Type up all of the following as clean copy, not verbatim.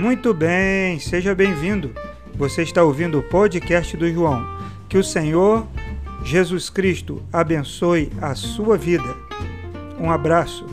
Muito bem, seja bem-vindo. Você está ouvindo o podcast do João. Que o Senhor Jesus Cristo abençoe a sua vida. Um abraço.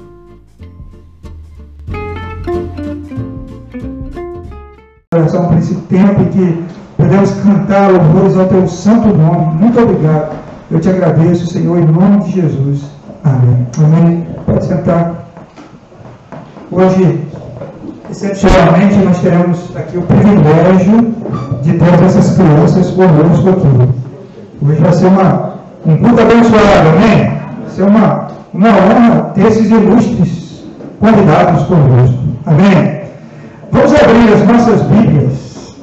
Oração por esse tempo que podemos cantar louvores ao teu santo nome. Muito obrigado. Eu te agradeço, Senhor, em nome de Jesus. Amém. Amém. Pode sentar. Hoje, excepcionalmente, nós teremos aqui o privilégio de ter essas crianças conosco aqui. Hoje vai ser um culto abençoado, amém? Vai ser uma honra ter esses ilustres convidados conosco, amém? Vamos abrir as nossas Bíblias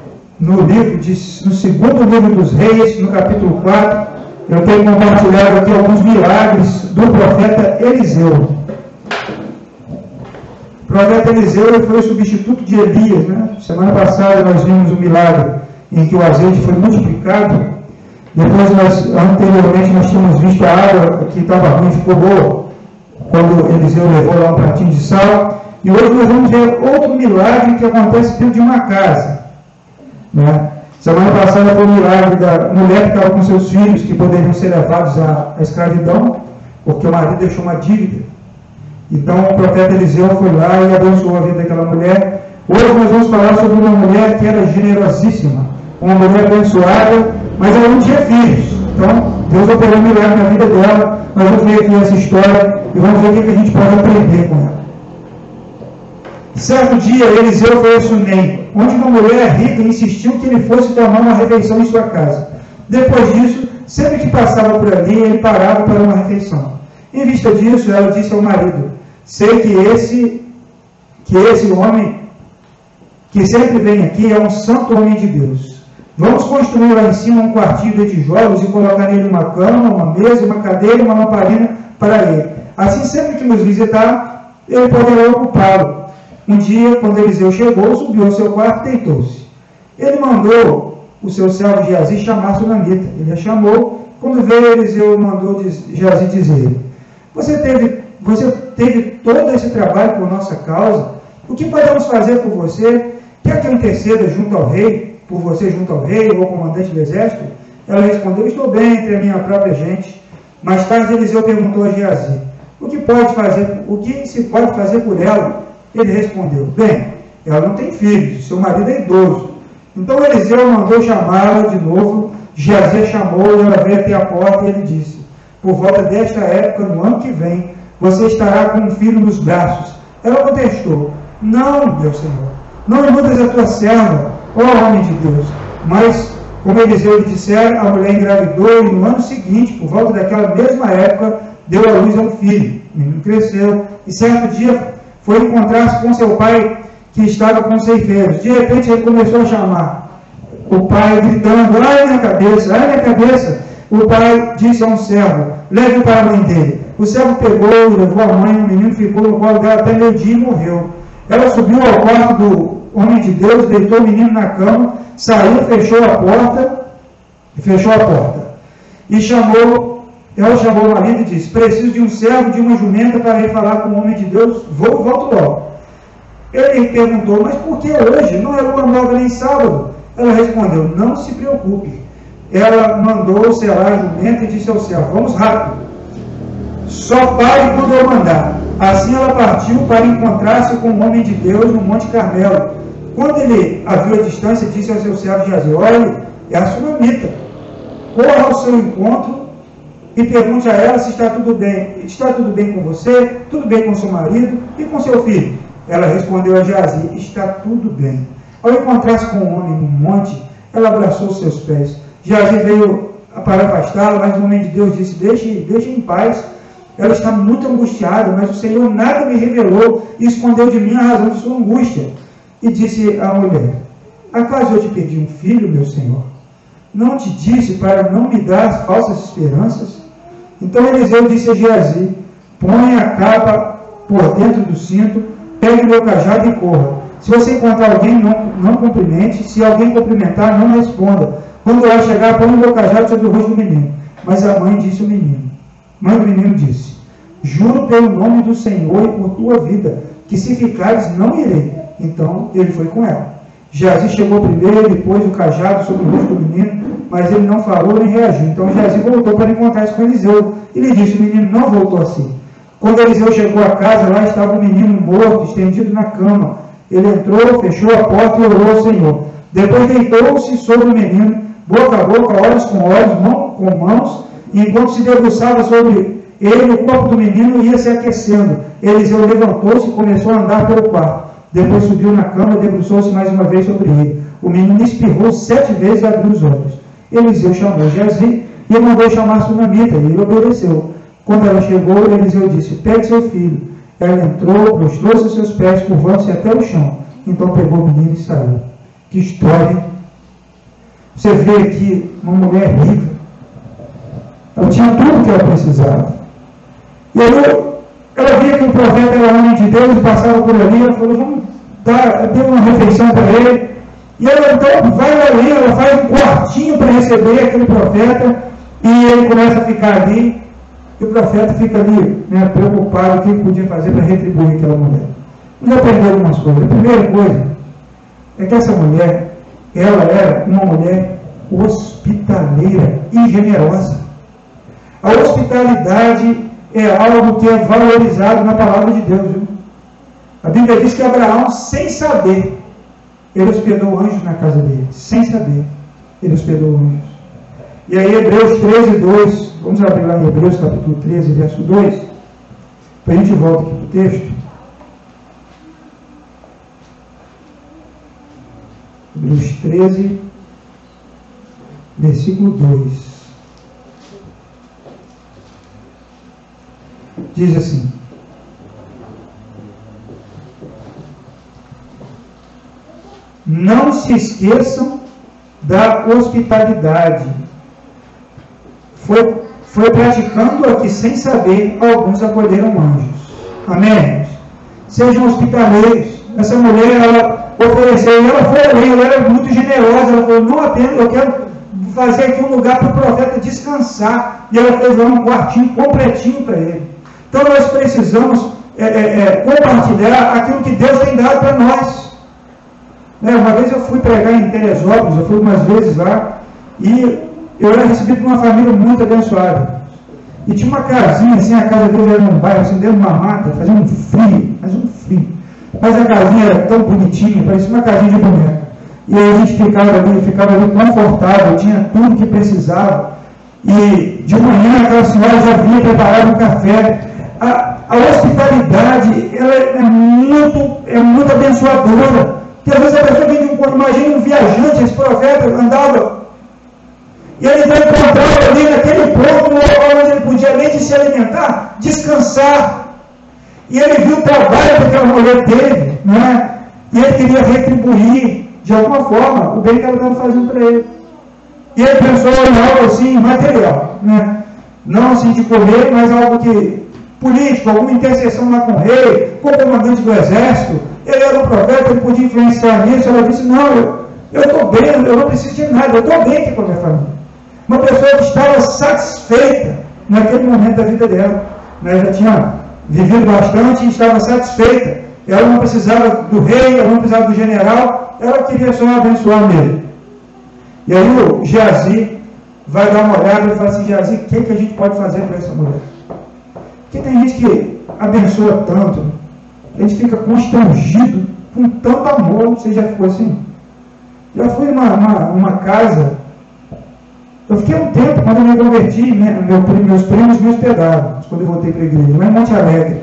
no segundo livro dos Reis, no capítulo 4. Eu tenho compartilhado aqui alguns milagres do profeta Eliseu. O profeta Eliseu foi o substituto de Elias, né? Semana passada nós vimos um milagre em que o azeite foi multiplicado. Depois, anteriormente, nós tínhamos visto a água que estava ruim, ficou boa, quando Eliseu levou lá um pratinho de sal. E hoje nós vamos ver outro milagre que acontece dentro de uma casa, né? Semana passada foi o milagre da mulher que estava com seus filhos, que poderiam ser levados à escravidão, porque o marido deixou uma dívida. Então o profeta Eliseu foi lá e abençoou a vida daquela mulher. Hoje nós vamos falar sobre uma mulher que era generosíssima, uma mulher abençoada, mas ela não tinha filhos. Então Deus operou um milagre na vida dela. Nós vamos ver aqui essa história e vamos ver o que a gente pode aprender com ela. Certo dia, Eliseu foi a Sunem, onde uma mulher rica insistiu que ele fosse tomar uma refeição em sua casa. Depois disso, sempre que passava por ali, ele parava para uma refeição. Em vista disso, ela disse ao marido: sei que esse homem que sempre vem aqui é um santo homem de Deus. Vamos construir lá em cima um quartinho de tijolos e colocar nele uma cama, uma mesa, uma cadeira e uma lamparina para ele. Assim, sempre que nos visitar, ele poderá ocupá-lo. Um dia, quando Eliseu chegou, subiu ao seu quarto e deitou-se. Ele mandou o seu servo Geazi chamar a sunamita. Ele a chamou. Quando veio, Eliseu mandou Geazi dizer: Você teve todo esse trabalho por nossa causa. O que podemos fazer por você? Quer que eu interceda junto ao rei, por você junto ao rei ou ao comandante do exército? Ela respondeu: Estou bem entre a minha própria gente. Mais tarde, Eliseu perguntou a Geazi: O que se pode fazer por ela? Ele respondeu: Bem, ela não tem filhos, seu marido é idoso. Então Eliseu mandou chamá-la de novo. Geazi chamou e ela veio até a porta e ele disse: Por volta desta época, no ano que vem, você estará com um filho nos braços. Ela contestou: Não, meu senhor, não iludas a tua serva, ó homem de Deus. Mas, como Eliseu lhe dissera, a mulher engravidou e no ano seguinte, por volta daquela mesma época, deu à luz a um filho. O menino cresceu e certo dia foi encontrar-se com seu pai, que estava com ceifeiros. De repente ele começou a chamar o pai, gritando: Ai, minha cabeça, ai, minha cabeça. O pai disse a um servo: Leve-o para a mãe dele. O servo pegou e levou a mãe. O menino ficou no colo dela até meio-dia e morreu. Ela subiu ao quarto do homem de Deus, deitou o menino na cama, saiu, fechou a porta. Ela chamou o marido e disse: Preciso de um servo, de uma jumenta para ir falar com o homem de Deus. Volto logo. Ele perguntou: Mas por que hoje? Não é lua nova nem sábado. Ela respondeu: Não se preocupe. Ela mandou selar a jumenta e disse ao servo: Vamos rápido. Só pare quando eu mandar. Assim ela partiu para encontrar-se com o homem de Deus no Monte Carmelo. Quando ele a viu à distância, disse ao seu servo Geazi: Olhe, é a sunamita. Corra ao seu encontro e pergunte a ela se está tudo bem. Está tudo bem com você? Tudo bem com seu marido e com seu filho? Ela respondeu a Geazi: Está tudo bem. Ao encontrar-se com o homem no monte, ela abraçou seus pés. Geazi veio para afastá-la, mas o homem de Deus disse: Deixe em paz. Ela está muito angustiada, mas o Senhor nada me revelou e escondeu de mim a razão de sua angústia. E disse à mulher: Acaso eu te pedi um filho, meu Senhor? Não te disse para não me dar falsas esperanças? Então Eliseu disse a Geazi: Põe a capa por dentro do cinto, pegue o meu cajado e corra. Se você encontrar alguém, não cumprimente. Se alguém cumprimentar, não responda. Quando ela chegar, põe o meu cajado sobre o rosto do menino. Mas a mãe disse ao menino: Mãe do menino disse: Juro pelo nome do Senhor e por tua vida, que se ficares, não irei. Então ele foi com ela. Geazi chegou primeiro, depois o cajado sobre o rosto do menino, mas ele não falou nem reagiu. Então Geazi voltou para encontrar isso com Eliseu. E lhe disse: o menino não voltou assim. Quando Eliseu chegou à casa, lá estava o menino morto, estendido na cama. Ele entrou, fechou a porta e orou ao Senhor. Depois deitou-se sobre o menino, boca a boca, olhos com olhos, mão com mãos, e enquanto se debruçava sobre ele, o corpo do menino ia se aquecendo. Eliseu levantou-se e começou a andar pelo quarto. Depois subiu na cama e debruçou-se mais uma vez sobre ele. O menino espirrou 7 vezes e abriu os olhos. Eliseu chamou Geazi e mandou chamar Sunamita, e ele obedeceu. Quando ela chegou, Eliseu disse: pegue seu filho. Ela entrou, prostrou-se a seus pés, curvando-se até o chão. Então pegou o menino e saiu. Que história! Você vê aqui uma mulher rica. Ela tinha tudo que ela precisava. E aí ela via que o profeta era homem de Deus e passava por ali. Ela falou: vamos dar uma refeição para ele. E ela então vai ali, ela faz um quartinho para receber aquele profeta. E ele começa a ficar ali. E o profeta fica ali, né, preocupado o que ele podia fazer para retribuir aquela mulher. Vamos aprender algumas coisas. A primeira coisa é que essa mulher, ela era uma mulher hospitaleira e generosa. A hospitalidade é algo que é valorizado na palavra de Deus. Viu? A Bíblia diz que Abraão, sem saber, ele hospedou anjos na casa dele. Sem saber, ele hospedou anjos. E aí, Hebreus 13, 2, vamos abrir lá em Hebreus capítulo 13, verso 2, para a gente voltar aqui para o texto. Hebreus 13, versículo 2. Diz assim: não se esqueçam da hospitalidade. Foi praticando aqui sem saber, alguns acolheram anjos. Amém? Sejam hospitaleiros. Essa mulher, ela ofereceu, e ela foi ali, ela era muito generosa. Ela falou: não apenas, eu quero fazer aqui um lugar para o profeta descansar. E ela fez lá um quartinho completinho para ele. Então nós precisamos compartilhar aquilo que Deus tem dado para nós. Uma vez eu fui pregar em Teresópolis, eu fui algumas vezes lá, e eu era recebido por uma família muito abençoada. E tinha uma casinha, assim, a casa deles era num bairro, assim, dentro de uma mata, fazia um frio, mas um frio. Mas a casinha era tão bonitinha, parecia uma casinha de boneca. E aí a gente ficava ali confortável, tinha tudo que precisava. E de manhã aquela senhora já vinha preparar um café. A hospitalidade, ela é muito abençoadora. Porque às vezes a pessoa vem imagina um viajante, esse profeta andava, e ele vai encontrar ali naquele ponto, no local onde ele podia, além de se alimentar, descansar. E ele viu o trabalho que aquela mulher teve, né? E ele queria retribuir, de alguma forma, o bem que ela estava fazendo para ele. E ele pensou em algo assim, material, né? Não assim de comer, mas algo que político, alguma intercessão lá com o rei, com o comandante do exército. Ele era um profeta, ele podia influenciar nisso. Ela disse: não, eu estou bem, eu não preciso de nada, eu estou bem aqui com a minha família. Uma pessoa que estava satisfeita naquele momento da vida dela, né? Já tinha vivido bastante e estava satisfeita. Ela não precisava do rei, ela não precisava do general, ela queria só abençoar nele. E aí o Geazi vai dar uma olhada e fala assim: Geazi, o que a gente pode fazer para essa mulher? Porque tem gente que abençoa tanto, a gente fica constrangido com tanto amor. Você já ficou assim? Já fui numa casa, eu fiquei um tempo, quando eu me converti, né, meus primos me hospedaram, quando eu voltei para a igreja, lá em Monte Alegre.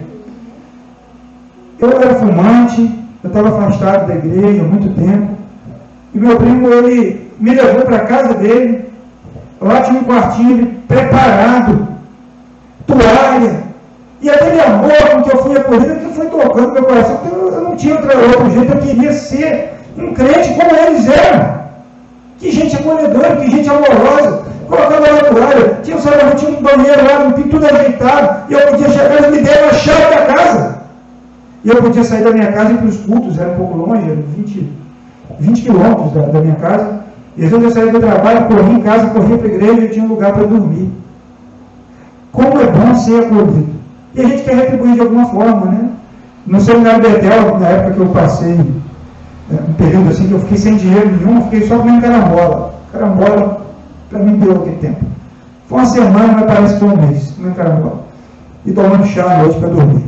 Eu era fumante, eu estava afastado da igreja há muito tempo, e meu primo, ele me levou para a casa dele. Lá tinha um quartinho preparado, toalha, e aquele amor com que eu fui acolhido, que foi tocando meu coração, porque eu não tinha outro jeito, eu queria ser um crente como eles eram. Que gente acolhedora, que gente amorosa. Colocava lá a toalha, tinha um banheiro lá, tudo ajeitado, e eu podia chegar, eles me deram a chave da casa. E eu podia sair da minha casa e ir para os cultos, era um pouco longe, era 20 quilômetros da minha casa. E às vezes eu saía do trabalho, corria em casa, corria para a igreja e tinha um lugar para dormir. Como é bom ser acolhido. E a gente quer retribuir de alguma forma, né? No seminário Betel, na época que eu passei um período assim que eu fiquei sem dinheiro nenhum, eu fiquei só comendo carambola. Carambola, para mim, deu aquele tempo. Foi uma semana, mas parece que foi um mês, comendo carambola. E tomando chá à noite para dormir.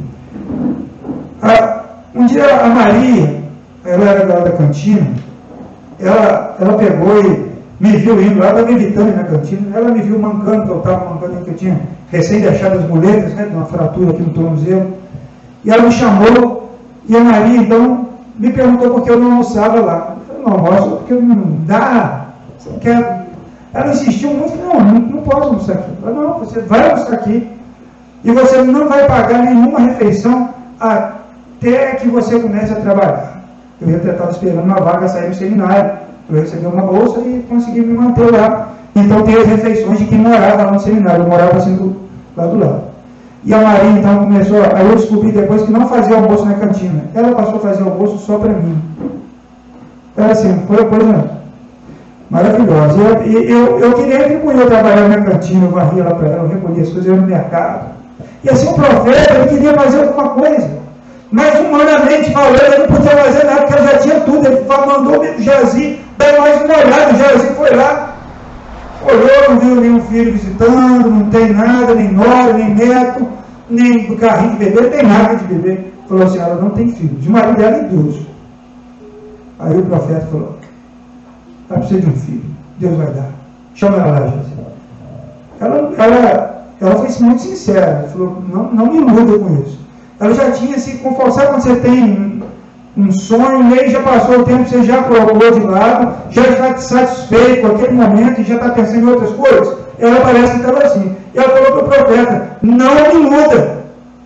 Um dia a Maria, ela era lá da cantina, ela pegou e me viu indo lá, estava evitando ir na cantina, ela me viu mancando, porque eu estava mancando, que eu tinha recém deixado as muletas, né, uma fratura aqui no tornozelo, e ela me chamou, e a Maria então me perguntou por que eu não almoçava lá. Eu falei, não almoço porque não dá, você não quer. Ela insistiu muito, não posso almoçar aqui. Eu falei, não, você vai almoçar aqui, e você não vai pagar nenhuma refeição até que você comece a trabalhar. Eu estava esperando uma vaga sair do seminário. Eu recebi uma bolsa e consegui me manter lá. Então tem as refeições de quem morava lá no seminário. Eu morava assim lá do lado. E a Maria então começou, aí eu descobri depois que não fazia almoço na cantina. Ela passou a fazer almoço só para mim. Era assim, foi uma coisa maravilhosa. Eu queria retribuir, eu trabalhava na cantina, eu varria lá para ela, eu recolhia as coisas, eu ia no mercado. E assim o profeta, ele queria fazer alguma coisa. Mas humanamente falando, ele não podia fazer nada, porque ele já tinha tudo. Ele mandou o Geazi dar mais uma olhada. O Geazi foi lá, olhou, não viu nenhum filho visitando, não tem nada, nem nora, nem neto, nem carrinho de bebê, não tem nada de bebê. Falou assim, ela não tem filho, de marido dela é idoso. Aí o profeta falou, ela precisa de um filho, Deus vai dar. Chama ela lá, Geazi. Ela foi muito sincera, ela falou, não me iluda com isso. Ela já tinha se confortado quando você tem um sonho, e aí já passou o tempo, você já colocou de lado, já está satisfeito com aquele momento e já está pensando em outras coisas. Ela parece que estava assim. E ela falou para o profeta, não me iluda.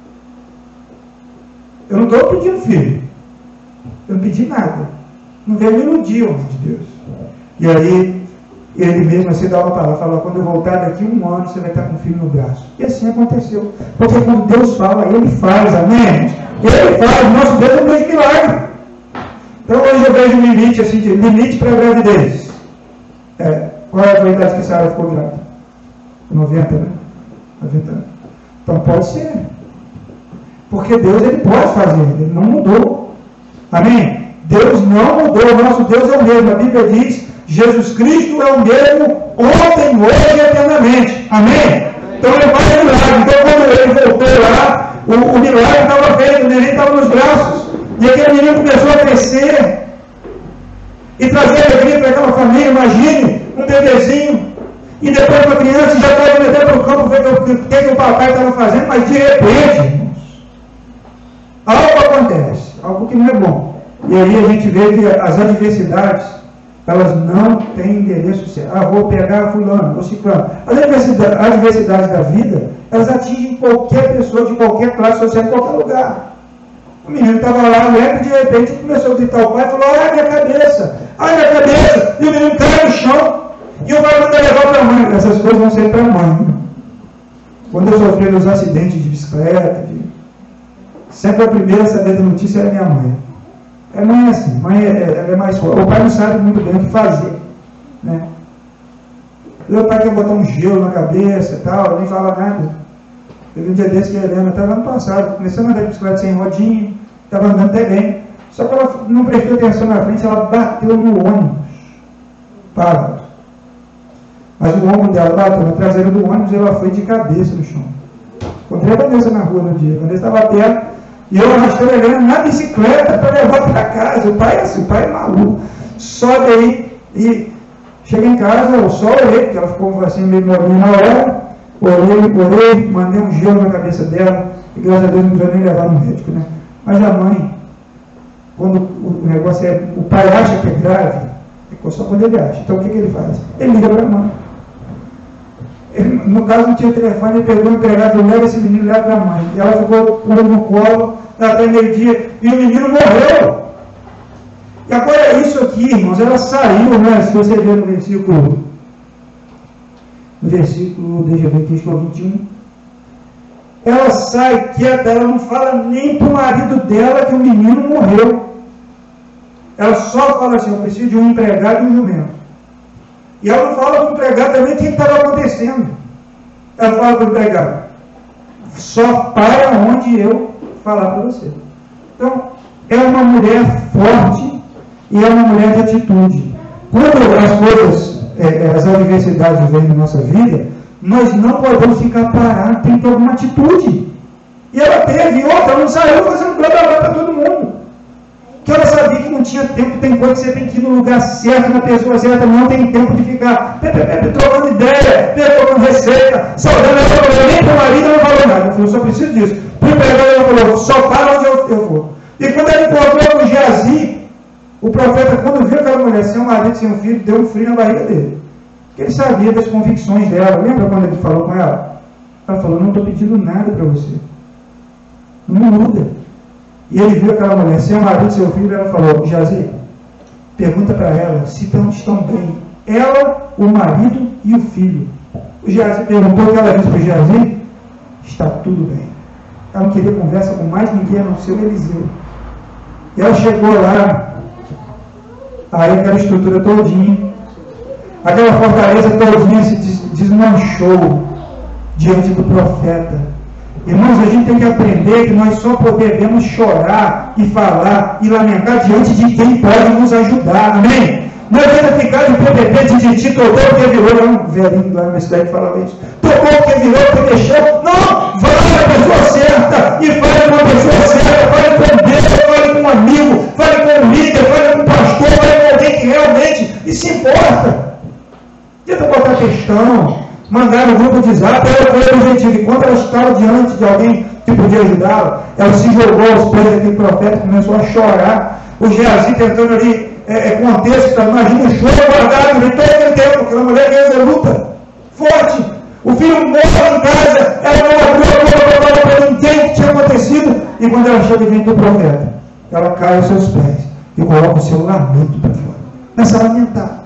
Eu não estou pedindo filho. Eu não pedi nada. Não veio me iludir, homem de Deus. E aí, ele mesmo assim dá uma palavra, falou, quando eu voltar daqui 1 ano, você vai estar com o filho no braço. E assim aconteceu. Porque quando Deus fala, Ele faz, amém? Ele faz, o nosso Deus é um Deus de milagre. Então hoje eu vejo um limite, assim, de limite para a gravidez. Qual é a verdade que a Sara ficou grávida? 90, né? 90 anos. Então pode ser. Porque Deus, Ele pode fazer, Ele não mudou. Amém? Deus não mudou, o nosso Deus é o mesmo. A Bíblia diz, Jesus Cristo é o mesmo ontem, hoje e eternamente. Amém? Então ele faz milagre. Então quando ele voltou lá, o milagre estava feito, o neném estava nos braços. E aquele menino começou a crescer e trazer alegria para aquela família. Imagine um bebezinho. E depois uma criança já pode meter para o campo ver o que o papai estava fazendo, mas de repente, irmãos, algo acontece, algo que não é bom. E aí a gente vê que as adversidades, elas não têm endereço certo. Vou pegar fulano, vou ciclano. As adversidades da vida, elas atingem qualquer pessoa de qualquer classe social, em qualquer lugar. O menino estava lá, alegre, de repente começou a gritar ao pai e falou, ai minha cabeça, e o menino cai no chão, e o pai manda levar para a mãe. Essas coisas vão ser para a mãe. Quando eu sofri os acidentes de bicicleta, sempre a primeira a saber da notícia era minha mãe. É mãe assim, mãe ela é mais forte. O pai não sabe muito bem o que fazer, né? Meu pai quer botar um gelo na cabeça e tal, nem fala nada. Teve um dia desse que a Helena estava ano passado, começando a andar de bicicleta sem rodinha, estava andando até bem. Só que ela não prestou atenção na frente, ela bateu no ônibus. Parado. Mas o ombro dela bateu na traseira do ônibus e ela foi de cabeça no chão. Encontrei a cabeça na rua no dia, quando ele estava perto, e eu arrastando a Helena na bicicleta para levar para casa. O pai é assim, o pai é maluco. Sobe aí e chega em casa, eu só orei, porque ela ficou assim meio molinha na hora. Orei, mandei um gelo na cabeça dela, e graças a Deus não precisou nem levar no médico, né? Mas a mãe, quando o negócio é, o pai acha que é grave, é só quando ele acha. Então o que ele faz? Ele liga para a mãe. Ele, no caso não tinha telefone, ele pegou o empregado, leva esse menino, leva para a mãe. E ela ficou com ele no colo, até meio-dia, e o menino morreu. E agora isso aqui, irmãos, ela saiu, né? Se você ver no versículo, deixa eu ver aqui, estou 21. Ela sai quieta, ela não fala nem para o marido dela que o menino morreu. Ela só fala assim, eu preciso de um empregado e um jumento. E ela não fala para o empregado também o que estava acontecendo. Ela fala para o empregado, só para onde eu falar para você. Então, é uma mulher forte, e é uma mulher de atitude. Quando as coisas, as adversidades vêm na nossa vida, nós não podemos ficar parados, tem que ter alguma atitude. E ela teve, outra, não saiu fazendo blá blá blá para todo mundo. Que ela sabia que não tinha tempo, tem coisa que você tem que ir no lugar certo, na pessoa certa, não tem tempo de ficar trocando ideia, trocando receita, saudando. Ela falou, nem para o marido ela não falou nada. Eu falei, eu só preciso disso. Para o empregador ela falou, só para onde eu vou. E quando ela encontrou com Geazi, o profeta, quando viu aquela mulher sem um marido, sem um filho, deu um frio na barriga dele. Porque ele sabia das convicções dela. Lembra quando ele falou com ela? Ela falou, não estou pedindo nada para você. Não muda. E ele viu aquela mulher, seu marido, seu filho, ela falou, Geazi, pergunta para ela se estão bem. Ela, o marido e o filho. O Geazi perguntou o que ela disse para o Geazi, está tudo bem. Ela não queria conversa com mais ninguém, a não ser o Eliseu. E ela chegou lá, aí aquela estrutura todinha, aquela fortaleza todinha se desmanchou diante do profeta. Irmãos, a gente tem que aprender que nós só podemos chorar e falar e lamentar diante de quem pode nos ajudar, amém? Não adianta ficar de PPP, de tocou porque virou, um velhinho lá na minha cidade que falava isso, tocou porque virou, porque deixou, não, vai na pessoa certa, e fale com a pessoa certa, fale com Deus, fale com um amigo, fale com um líder, fale com um pastor, fale com alguém que realmente e se importa. Tenta botar questão, mandar no grupo de zap, ela foi o objetivo. E quando ela estava diante de alguém que podia ajudá-la, ela se jogou aos pés daquele profeta, começou a chorar. O Geazi tentando ali contexto, imagina o choro guardado de todo aquele tempo, aquela mulher resoluta, forte. O filho morre em casa, ela não abriu para ninguém o que tinha acontecido. E quando ela chega diante do profeta, ela cai aos seus pés e coloca o seu lamento para fora. Começa a lamentar.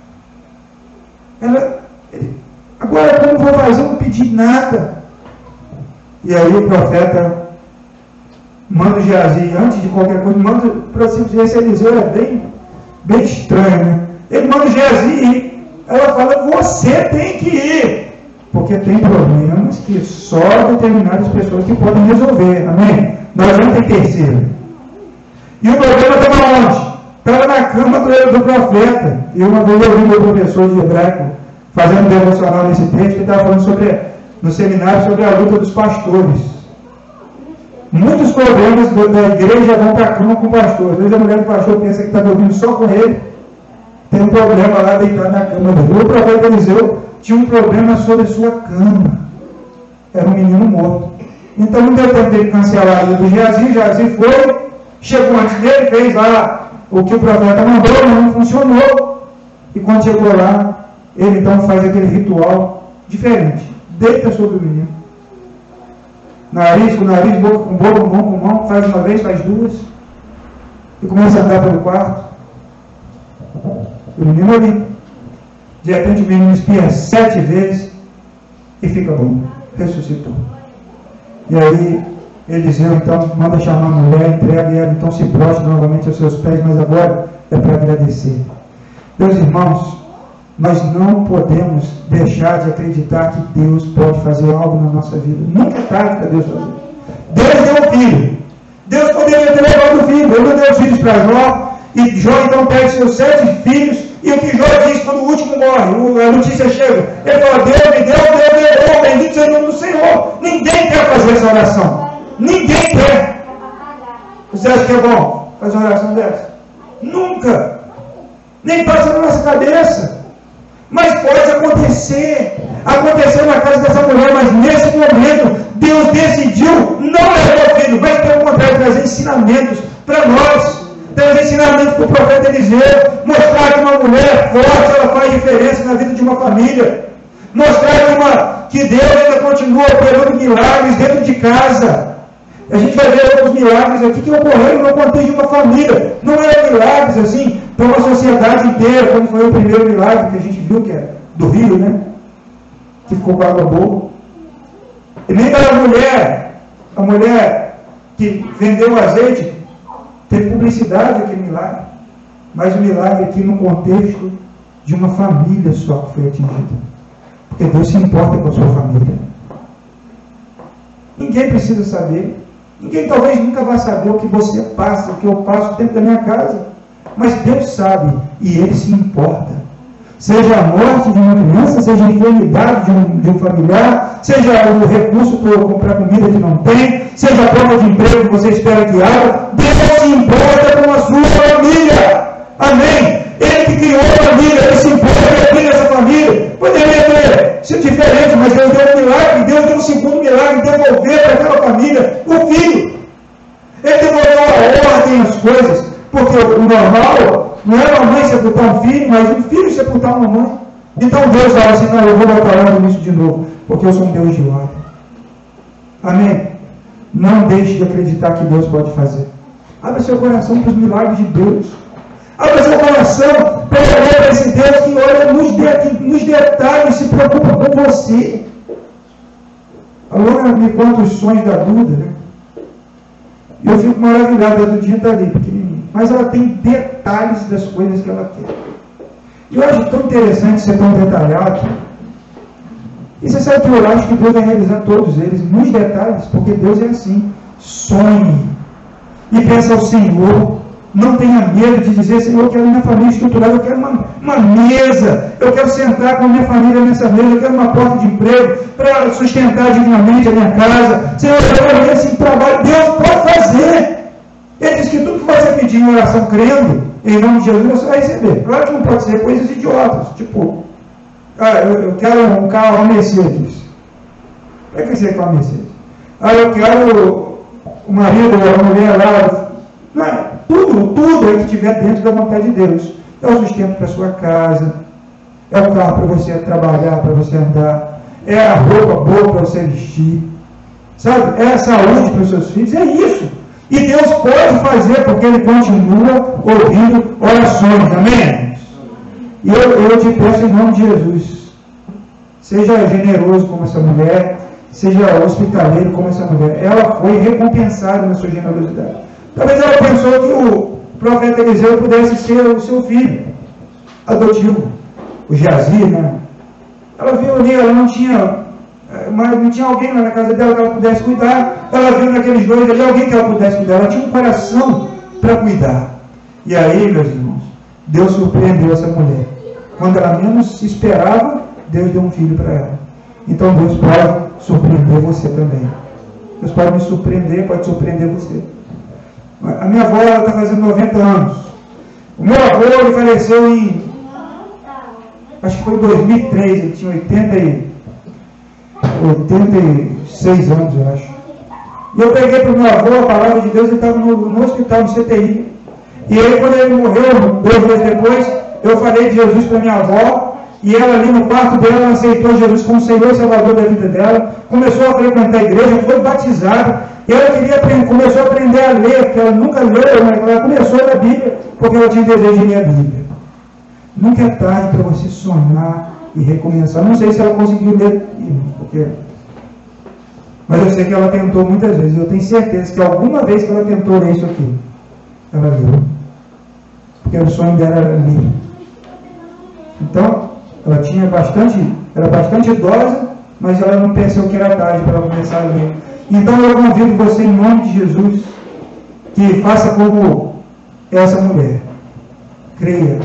Agora, como vou fazer? Eu não pedi nada. E aí o profeta manda o Geazi, antes de qualquer coisa, manda para se dizer, esse Eliseu é bem estranho, né? Ele manda o Geazi ir. Ela fala, você tem que ir. Porque tem problemas que só determinadas pessoas que podem resolver. Amém? Nós não tem terceiro. E o problema estava onde? Estava na cama do profeta. E uma vez eu vi meu professor de hebraico fazendo devocional nesse texto, ele estava falando no seminário sobre a luta dos pastores. Muitos problemas da igreja vão para a cama com o pastor. Às vezes a mulher do pastor pensa que está dormindo só com ele. Tem um problema lá deitado na cama dele. O profeta Eliseu tinha um problema sobre sua cama. Era um menino morto. Então não deu tempo dele cancelar a do Geazi. Geazi foi, chegou antes dele, fez lá o que o profeta mandou, mas não funcionou. E quando chegou lá, ele então faz aquele ritual diferente. Deita sobre o menino. Nariz com nariz, boca com boca, mão com mão, faz uma vez, faz duas. E começa a andar pelo quarto. O menino ali. De repente o menino espirra 7 vezes e fica bom. Ressuscitou. E aí Eliseu então manda chamar a mulher, entrega e ela então se prostra novamente aos seus pés, mas agora é para agradecer. Meus irmãos, nós não podemos deixar de acreditar que Deus pode fazer algo na nossa vida. Nunca é tarde para Deus fazer. Deus deu o filho. Deus poderia ter levado o filho. Ele não deu os filhos para Jó. E Jó então pega seus 7 filhos. E o que Jó diz quando o último morre? A notícia chega. Ele fala, Deus me deu, bendito seja o nome do Senhor. Ninguém quer fazer essa oração. Ninguém quer. Você acha que é bom fazer uma oração dessa? Nunca. Nem passa na nossa cabeça. Mas pode acontecer. Aconteceu na casa dessa mulher, mas nesse momento Deus decidiu não levar o filho, mas pelo contrário, trazer ensinamentos para nós. Trazer ensinamentos para o profeta Eliseu. Mostrar que uma mulher forte, ela faz diferença na vida de uma família. Mostrar que Deus ainda continua operando milagres dentro de casa. A gente vai ver outros milagres aqui que ocorreram no contexto de uma família. Não eram milagres assim para uma sociedade inteira, como foi o primeiro milagre que a gente viu, que é do rio, né? Que ficou com água boa. E nem da a mulher que vendeu o azeite, teve publicidade aquele milagre. Mas o milagre aqui no contexto de uma família só que foi atingida. Porque Deus se importa com a sua família. Ninguém precisa saber. Ninguém talvez nunca vai saber o que você passa, o que eu passo dentro da minha casa. mas Deus sabe e Ele se importa. Seja a morte de uma criança, seja a enfermidade de um familiar, seja o recurso para comprar comida que não tem, seja a falta de emprego que você espera que haja, Deus se importa com a sua família. Amém? Ele que criou a família, Ele se importa com essa família. Poderia ter sido diferente, mas Deus deu um milagre, Deus deu um segundo milagre, devolver para aquela família o filho. Ele devolveu a ordem às coisas, porque o normal não é uma mãe sepultar um filho, mas um filho sepultar uma mãe. Então Deus fala assim, não, eu vou voltar nisso de novo, porque eu sou um Deus de ordem. Amém? Não deixe de acreditar que Deus pode fazer. Abra seu coração para os milagres de Deus. Abra seu coração para olhar para esse Deus que olha nos detalhes, se preocupa com você. A Luana me conta os sonhos da Duda, né? E eu fico maravilhado, a Dudinha está ali, pequenininha. Mas ela tem detalhes das coisas que ela quer. E eu acho tão interessante ser tão detalhado. E você sabe que eu acho que Deus vai realizar todos eles nos detalhes, porque Deus é assim. Sonhe. E peça ao Senhor. Não tenha medo de dizer, Senhor, eu quero minha família estruturada, eu quero uma mesa, eu quero sentar com a minha família nessa mesa, eu quero uma porta de emprego para sustentar dignamente a minha casa. Senhor, eu quero esse trabalho. Deus pode fazer. Ele diz que tudo que você pedir em oração crendo, em nome de Jesus, você vai receber. Claro que não pode ser coisas idiotas, tipo, eu quero um carro, uma Mercedes. Para que você quer uma Mercedes? Eu quero o marido ou a mulher lá. Não, tudo aí que estiver dentro da vontade de Deus. É o sustento para a sua casa, é o carro para você trabalhar, para você andar, é a roupa boa para você vestir, sabe? É a saúde para os seus filhos, é isso. E Deus pode fazer, porque Ele continua ouvindo orações, amém? E eu te peço em nome de Jesus, seja generoso como essa mulher, seja hospitaleiro como essa mulher. Ela foi recompensada na sua generosidade. Talvez ela pensou que o profeta Eliseu pudesse ser o seu filho adotivo, o Geazi, né? Ela viu ali, ela não tinha alguém lá na casa dela que ela pudesse cuidar. Ela viu naqueles dois ali alguém que ela pudesse cuidar. Ela tinha um coração para cuidar. E aí, meus irmãos, Deus surpreendeu essa mulher. Quando ela menos se esperava, Deus deu um filho para ela. Então Deus pode surpreender você também. Deus pode me surpreender, pode surpreender você. A minha avó está fazendo 90 anos. O meu avô ele faleceu em, acho que foi em 2003, ele tinha 86 anos, eu acho. E eu peguei para o meu avô a palavra de Deus, ele estava no hospital, no CTI. E ele, quando ele morreu, 2 meses depois, eu falei de Jesus para minha avó, e ela ali no quarto dela, ela aceitou Jesus como Senhor e Salvador da vida dela, começou a frequentar a igreja, foi batizada. E ela começou a aprender a ler, porque ela nunca leu, mas ela começou a ler a Bíblia, porque ela tinha desejo de ler a Bíblia. Nunca é tarde para você sonhar e recomeçar. Não sei se ela conseguiu ler, mas eu sei que ela tentou muitas vezes. Eu tenho certeza que alguma vez que ela tentou ler isso aqui, ela leu. Porque o sonho dela era ler. Então, ela era bastante idosa, mas ela não pensou que era tarde para ela começar a ler. Então eu convido você em nome de Jesus que faça como essa mulher. Creia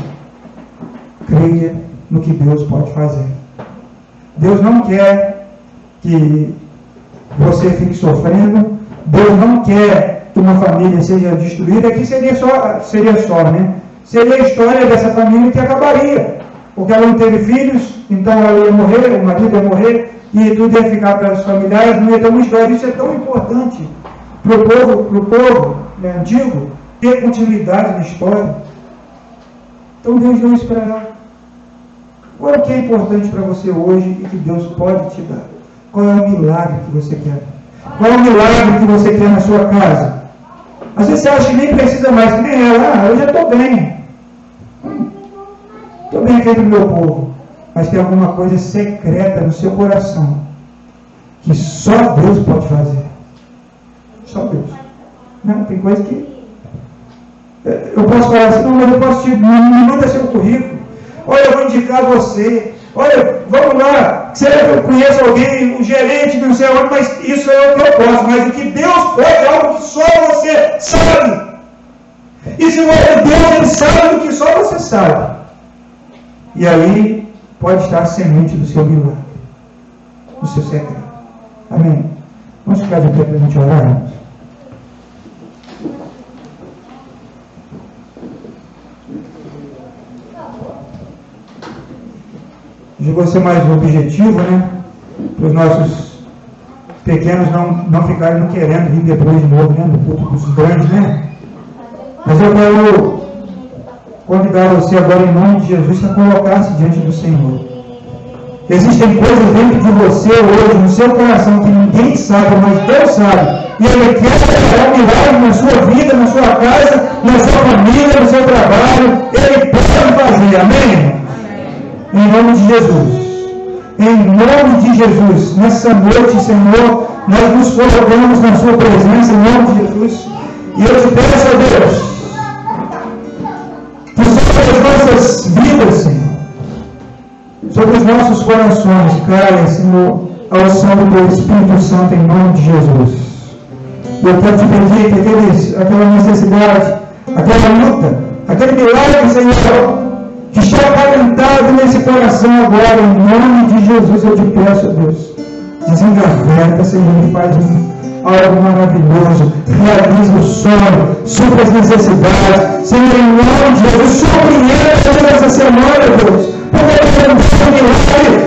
no que Deus pode fazer. Deus não quer que você fique sofrendo. Deus não quer que uma família seja destruída. Aqui seria só, né? Seria a história dessa família que acabaria, porque ela não teve filhos, então ela ia morrer, o marido ia morrer, e tudo ia ficar para os familiares, não ia ter uma história. Isso é tão importante para o povo né, antigo, ter continuidade na história. Então Deus deu isso para ela. Qual é o que é importante para você hoje e que Deus pode te dar? Qual é o milagre que você quer? Qual é o milagre que você quer na sua casa? Às vezes você acha que nem precisa mais, que nem ela. Eu já estou bem. Estou bem aqui do meu povo. Mas tem alguma coisa secreta no seu coração que só Deus pode fazer. Só Deus. Não, tem coisa que eu posso falar assim, não, mas eu posso me manda seu currículo. Olha, eu vou indicar você. Olha, vamos lá. Você conhece alguém, um gerente, não sei onde, mas isso é o que eu posso. Mas o que Deus pode é algo que só você sabe. E se não é Deus, Ele sabe do que só você sabe. E aí pode estar a semente do seu milagre, do seu segredo. Amém? Vamos ficar de pé para a gente orar, irmãos? Eu vou ser mais objetivo, né? Para os nossos pequenos não ficarem querendo vir depois de novo, né? No culto dos grandes, né? Mas eu quero convidar você agora, em nome de Jesus, a colocar-se diante do Senhor. Existem coisas dentro de você hoje, no seu coração, que ninguém sabe, mas Deus sabe. E Ele quer operar milagre na sua vida, na sua casa, na sua família, no seu trabalho. Ele pode fazer, amém? Em nome de Jesus. Em nome de Jesus. Nessa noite, Senhor, nós nos colocamos na sua presença, em nome de Jesus. E eu te peço, a Deus, que sobre as nossas vidas, Senhor, sobre os nossos corações, caia, Senhor, a unção do Teu Espírito Santo, em nome de Jesus. Eu quero te pedir que aquela necessidade, aquela luta, aquele milagre, Senhor, que está acalentado nesse coração agora, em nome de Jesus, eu te peço, Deus, desengaveta, Senhor, e faz algo maravilhoso, realiza o sonho, supra as necessidades, Senhor, em nome de Jesus, surpreenda essa semana, Deus, porque eu não sou milagre,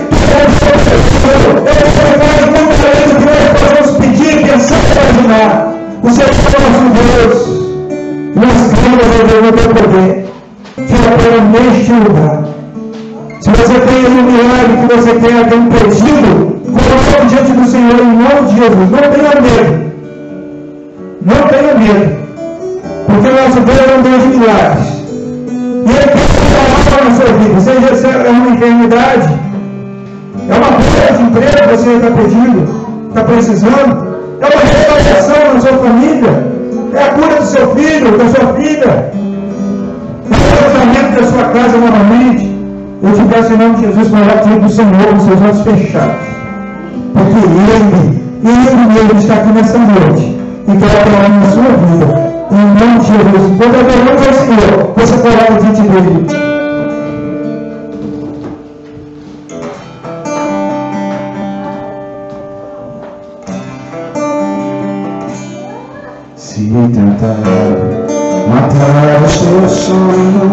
eu que nós podemos pedir, pensar e imaginar, o Senhor é nosso Deus, nós cremos no teu poder, que opera neste lugar. Se você tem um milagre que você tem pedido, coloque diante do Senhor em nome de Jesus. Não tenha medo. Não tenha medo. Porque o nosso Deus é um Deus de milagres. E Ele quer trabalhar na sua vida. Seja uma enfermidade, é uma perda de emprego que você está pedindo, está precisando, é uma restauração na sua família, é a cura do seu filho, da sua filha, o tratamento da sua casa novamente. Eu te peço em nome de Jesus, coloque diante do Senhor com seus olhos fechados, porque Ele mesmo está aqui nessa noite e quer operar na sua vida, em nome de Jesus. Quando adoramos ao Senhor, você coloca diante dele. Se tentar matar o seu sonho,